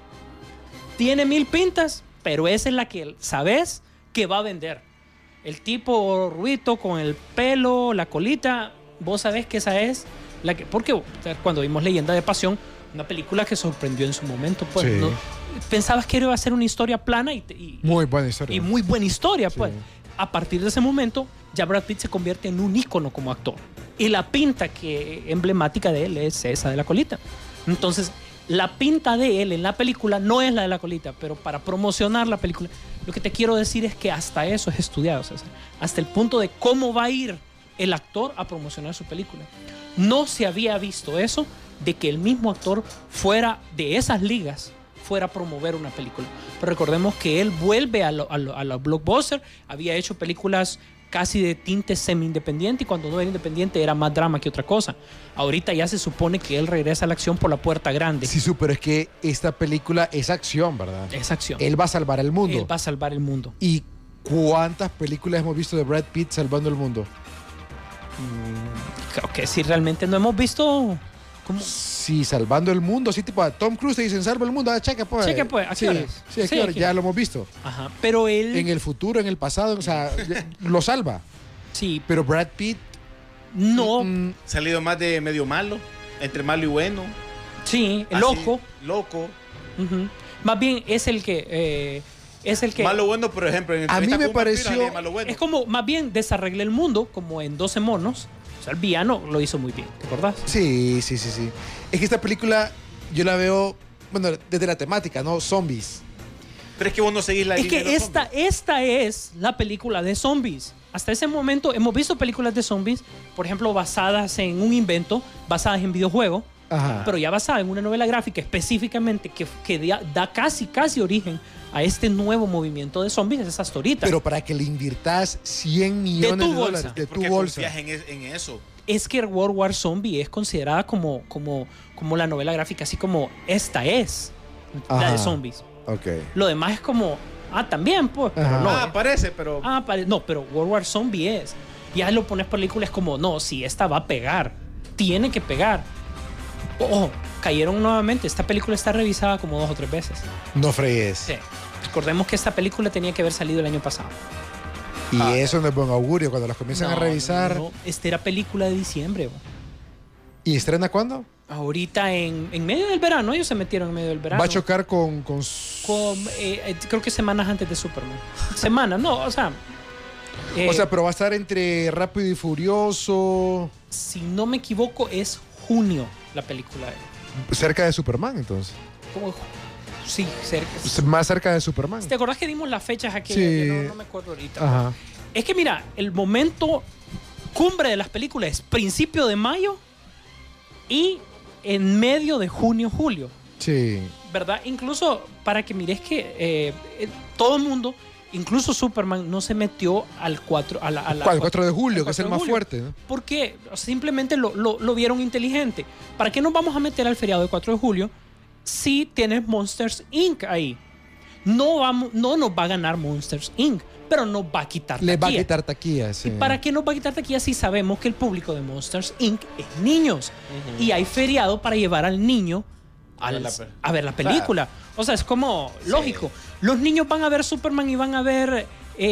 Tiene 1000 pintas, pero esa es la que sabes que va a vender. El tipo ruito con el pelo, la colita, vos sabés que esa es la que... Porque cuando vimos Leyenda de Pasión, una película que sorprendió en su momento, pues, Sí. ¿no? Pensabas que iba a ser una historia plana y Muy buena historia. y muy buena historia, pues. Sí. A partir de ese momento, ya Brad Pitt se convierte en un ícono como actor. Y la pinta emblemática de él es esa de la colita. Entonces, la pinta de él en la película no es la de la colita, pero para promocionar la película, lo que te quiero decir es que hasta eso es estudiado, César. Hasta el punto de cómo va a ir el actor a promocionar su película. No se había visto eso de que el mismo actor fuera de esas ligas, fuera a promover una película. Pero recordemos que él vuelve a los blockbuster, había hecho películas casi de tinte semi-independiente y cuando no era independiente era más drama que otra cosa. Ahorita ya se supone que él regresa a la acción por la puerta grande. Sí, pero es que esta película es acción, ¿verdad? Es acción. Él va a salvar el mundo. Él va a salvar el mundo. ¿Y cuántas películas hemos visto de Brad Pitt salvando el mundo? Creo que si realmente no hemos visto... ¿Cómo? Sí, salvando el mundo. Sí, tipo a Tom Cruise te dicen salva el mundo. Ah, cheque, pues. Cheque, pues, ¿a qué Sí, horas? sí, ¿a qué Sí, horas? aquí. Ya lo hemos visto. Ajá. Pero él... En el futuro, en el pasado, o sea, lo salva. Sí, Pero Brad Pitt... no... Salido más de medio malo. Entre malo y bueno. Sí, el Así, loco. Loco. Ujú. Más bien es el que... Malo bueno, por ejemplo. En A mí Entrevista me con un vampiro pareció- salía malo bueno. Es como, más bien, desarregle el mundo, como en 12 monos. O sea, el villano lo hizo muy bien, ¿te acordás? Sí. Es que esta película yo la veo, bueno, desde la temática, ¿no? Zombies. Pero es que vos no seguís la Es línea de que los esta es la película de zombies. Hasta ese momento hemos visto películas de zombies, por ejemplo, basadas en un invento, basadas en videojuegos, Ajá. pero ya basada en una novela gráfica específicamente que da casi origen a este nuevo movimiento de zombies, es hasta ahorita. Pero para que le inviertas 100 millones de tu bolsa. dólares de ¿Por tu qué bolsa. confías en eso? Es que World War Zombie es considerada como la novela gráfica, así como esta es la Ajá. de zombies. Ok. Lo demás es como, Ah, también, pues. Pero Ajá. no. Aparece, pero... No, pero World War Zombie es. Ya lo pones películas como, no, si esta va a pegar. Tiene que pegar. Ojo, cayeron nuevamente. Esta película está revisada como 2 o 3 veces. No fregues. Sí. Recordemos que esta película tenía que haber salido el año pasado. Y eso no es buen augurio cuando las comienzan a revisar. No. Esta era película de diciembre. Bro. ¿Y estrena cuándo? Ahorita en medio del verano. Ellos se metieron en medio del verano. Va a chocar con creo que semanas antes de Superman. Semanas, no, o sea... pero va a estar entre Rápido y Furioso. Si no me equivoco, es junio la película. Cerca de Superman, entonces. Como, sí, cerca. Más cerca de Superman. ¿Te acordás que dimos las fechas aquí? Sí. No me acuerdo ahorita. Ajá. Es que mira, el momento cumbre de las películas es principio de mayo y en medio de junio, julio. Sí. ¿Verdad? Incluso para que mires que todo el mundo, incluso Superman, no se metió al 4 ¿Cuál? 4 de julio, que es el más fuerte, ¿no? Porque simplemente lo vieron inteligente. ¿Para qué nos vamos a meter al feriado de 4 de julio si tienes Monsters Inc. ahí? No nos va a ganar Monsters Inc., pero nos va a quitar taquilla. Le va a quitar taquilla, sí. ¿Y para qué nos va a quitar taquilla si sabemos que el público de Monsters Inc. es niños? Y hay feriado para llevar al niño a ver la película. Claro. O sea, es como lógico. Los niños van a ver Superman y van a ver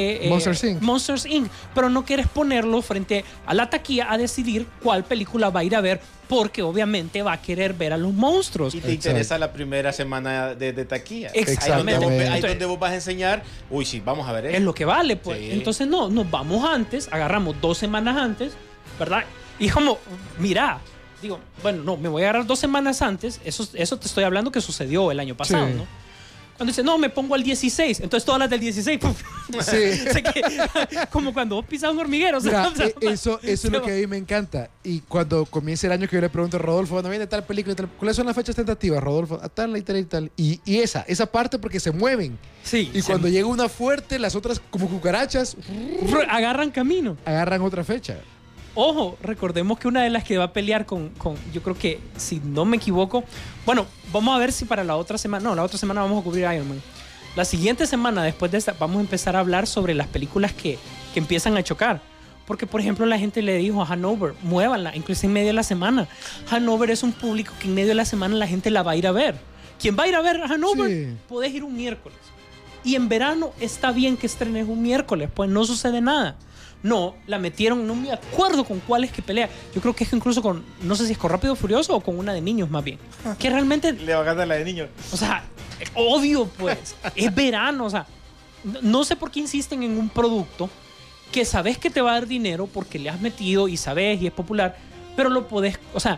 Monsters Inc. Pero no quieres ponerlo frente a la taquilla a decidir cuál película va a ir a ver, porque obviamente va a querer ver a los monstruos. Y te interesa la primera semana de taquilla. Exactamente. Ahí donde vos vas a enseñar, uy, sí, vamos a ver eso. Es lo que vale, pues. Sí. Entonces, no, nos vamos antes, agarramos 2 semanas antes, ¿verdad? Y como, mira, digo, bueno, no, me voy a agarrar 2 semanas antes. Eso te estoy hablando que sucedió el año pasado, sí. ¿no? Cuando dice, no, me pongo al 16. Entonces todas las del 16, ¡puf! Sí. Como cuando vos pisas un hormiguero. Mira, o sea, eso es lo que a mí me encanta. Y cuando comience el año que yo le pregunto a Rodolfo, ¿no viene tal película? ¿Cuáles son las fechas tentativas, Rodolfo? A tal y tal y tal. Y esa parte porque se mueven. Sí. Y cuando llega una fuerte, las otras como cucarachas agarran camino. agarran otra fecha. Ojo, recordemos que una de las que va a pelear con, yo creo que, si no me equivoco, bueno, vamos a ver si para la otra semana, no, la otra semana vamos a cubrir Iron Man. La siguiente semana, después de esta, vamos a empezar a hablar sobre las películas que empiezan a chocar. Porque, por ejemplo, la gente le dijo a Hanover, muévanla, incluso en medio de la semana. Hanover es un público que en medio de la semana la gente la va a ir a ver. ¿Quién va a ir a ver a Hanover? Sí. Podés ir un miércoles. Y en verano está bien que estrenes un miércoles, pues no sucede nada. No, la metieron, no me acuerdo con cuál es que pelea. Yo creo que es incluso con, no sé si es con Rápido Furioso o con una de niños más bien. Que realmente, Le va a ganar la de niños. o sea, obvio pues, es verano, o sea, no sé por qué insisten en un producto que sabes que te va a dar dinero porque le has metido y sabes y es popular, pero lo podés, o sea,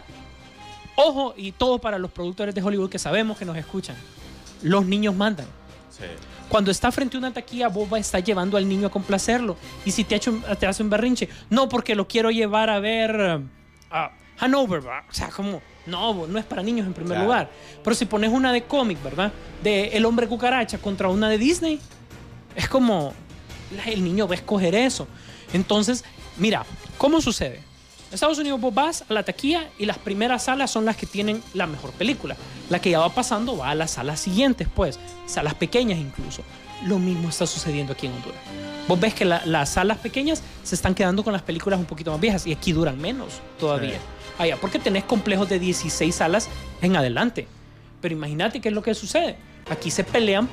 ojo, y todo para los productores de Hollywood que sabemos que nos escuchan. Los niños mandan. Sí. Cuando está frente a una taquilla, vos vas a estar llevando al niño a complacerlo. Y si te hace un berrinche, no, porque lo quiero llevar a ver a Hanover, ¿verdad? O sea, como, no es para niños en primer lugar. Pero si pones una de cómic, ¿verdad? De El Hombre Cucaracha contra una de Disney, es como, el niño va a escoger eso. Entonces, mira, ¿cómo sucede? En Estados Unidos vos vas a la taquilla y las primeras salas son las que tienen la mejor película. La que ya va pasando va a las salas siguientes, pues, salas pequeñas incluso. Lo mismo está sucediendo aquí en Honduras. Vos ves que las salas pequeñas se están quedando con las películas un poquito más viejas y aquí duran menos todavía. Allá, porque tenés complejos de 16 salas en adelante. Pero imagínate qué es lo que sucede. Aquí se pelean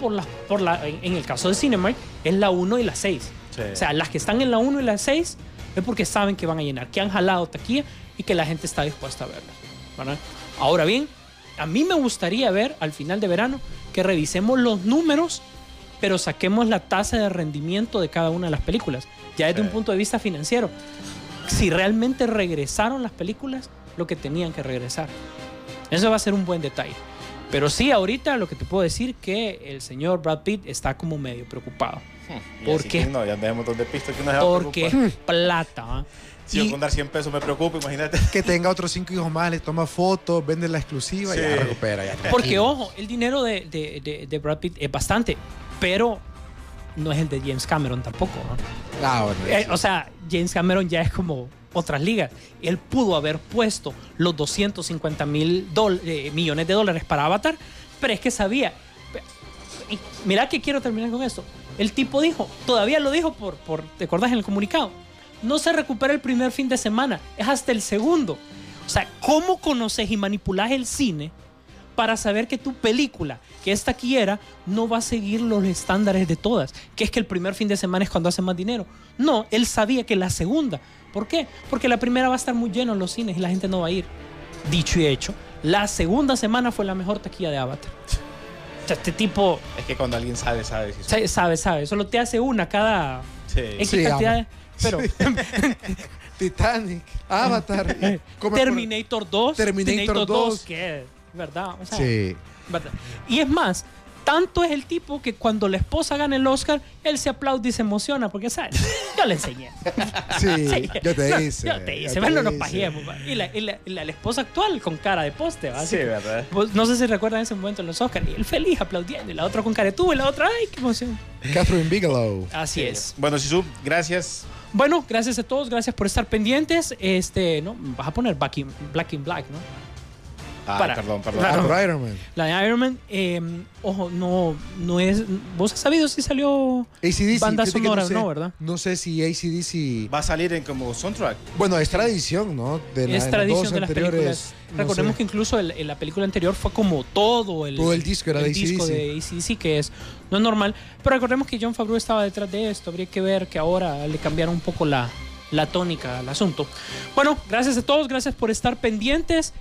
en el caso de Cinemark, es la 1 y la 6. Sí. O sea, las que están en la 1 y la 6 es porque saben que van a llenar, que han jalado taquilla y que la gente está dispuesta a verlas, ¿verdad? Ahora bien, a mí me gustaría ver al final de verano que revisemos los números, pero saquemos la tasa de rendimiento de cada una de las películas, ya desde un punto de vista financiero. Si realmente regresaron las películas lo que tenían que regresar. Eso va a ser un buen detalle. Pero sí, ahorita lo que te puedo decir que el señor Brad Pitt está como medio preocupado. ¿Por qué? No, ya tenemos un montón de pistas que uno se va a porque preocupar. es plata. ¿Eh? Si yo con dar 100 pesos me preocupo, imagínate. Que tenga otros 5 hijos más, le toma fotos, vende la exclusiva y ya recupera. Ya, porque, ojo, el dinero de Brad Pitt es bastante, pero no es el de James Cameron tampoco, ¿no? Bueno, o sea, James Cameron ya es como otras ligas. Él pudo haber puesto los 250 millones de dólares para Avatar, pero es que sabía. Mira que quiero terminar con esto. el tipo dijo, todavía lo dijo ¿te acordás en el comunicado? No se recupera el primer fin de semana, es hasta el segundo. O sea, ¿cómo conoces y manipulas el cine para saber que tu película, que es taquillera, no va a seguir los estándares de todas? Que es que el primer fin de semana es cuando hace más dinero. No, él sabía que la segunda. ¿Por qué? Porque la primera va a estar muy lleno en los cines y la gente no va a ir. Dicho y hecho, la segunda semana fue la mejor taquilla de Avatar. O sea, este tipo... Es que cuando alguien sabe. Sí, Sabe. Solo te hace una cada... sí. X Sí, cantidad de... Pero... Titanic, Avatar, Terminator 2. Terminator 2. ¿Qué? ¿Verdad? O sea, Sí. ¿verdad? Y es más, tanto es el tipo que cuando la esposa gana el Oscar, él se aplaude y se emociona porque, ¿sabes? Yo le enseñé. Sí, yo te hice. Yo te hice. Bueno, nos pajeemos. Y la esposa actual con cara de poste, ¿va? Sí, ¿verdad? Pues, no sé si recuerdan ese momento en los Oscars. Y él feliz aplaudiendo. Y la otra con cara de tubo. Y la otra, ¡ay, qué emoción! Catherine Bigelow. Así es. Bueno, Sisu, gracias. Bueno, gracias a todos. Gracias por estar pendientes. ¿No? Vas a poner Black in Black, ¿no? Perdón. Claro. Por Iron Man. La de Iron Man, ojo, no es... ¿Vos has sabido si salió AC/DC, banda fíjate que sonora no sé, o no, verdad? No sé si AC/DC... Va a salir en como soundtrack. Bueno, es tradición, ¿no? Es tradición dos de las anteriores, películas. no Recordemos sé. que incluso en la película anterior fue como todo el disco era de disco AC/DC. de AC/DC, que no es normal. Pero recordemos que Jon Favreau estaba detrás de esto. Habría que ver que ahora le cambiaron un poco la tónica al asunto. Bueno, gracias a todos. Gracias por estar pendientes.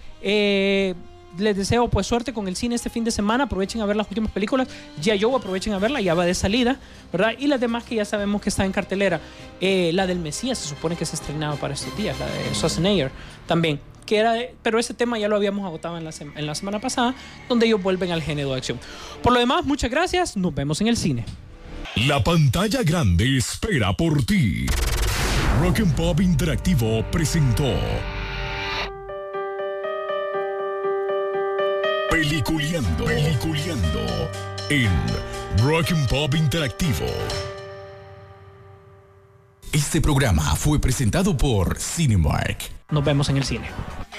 Les deseo pues suerte con el cine este fin de semana. Aprovechen a ver las últimas películas. G.I. Joe, aprovechen a verla, ya va de salida, ¿verdad? Y las demás que ya sabemos que están en cartelera. La del Mesías se supone que se estrenaba para estos días, la de Schwarzenegger también. Pero ese tema ya lo habíamos agotado en la semana pasada, donde ellos vuelven al género de acción. Por lo demás, muchas gracias. Nos vemos en el cine. La pantalla grande espera por ti. Rock and Pop Interactivo presentó Peliculeando en Rock and Pop Interactivo. Este programa fue presentado por Cinemark. Nos vemos en el cine.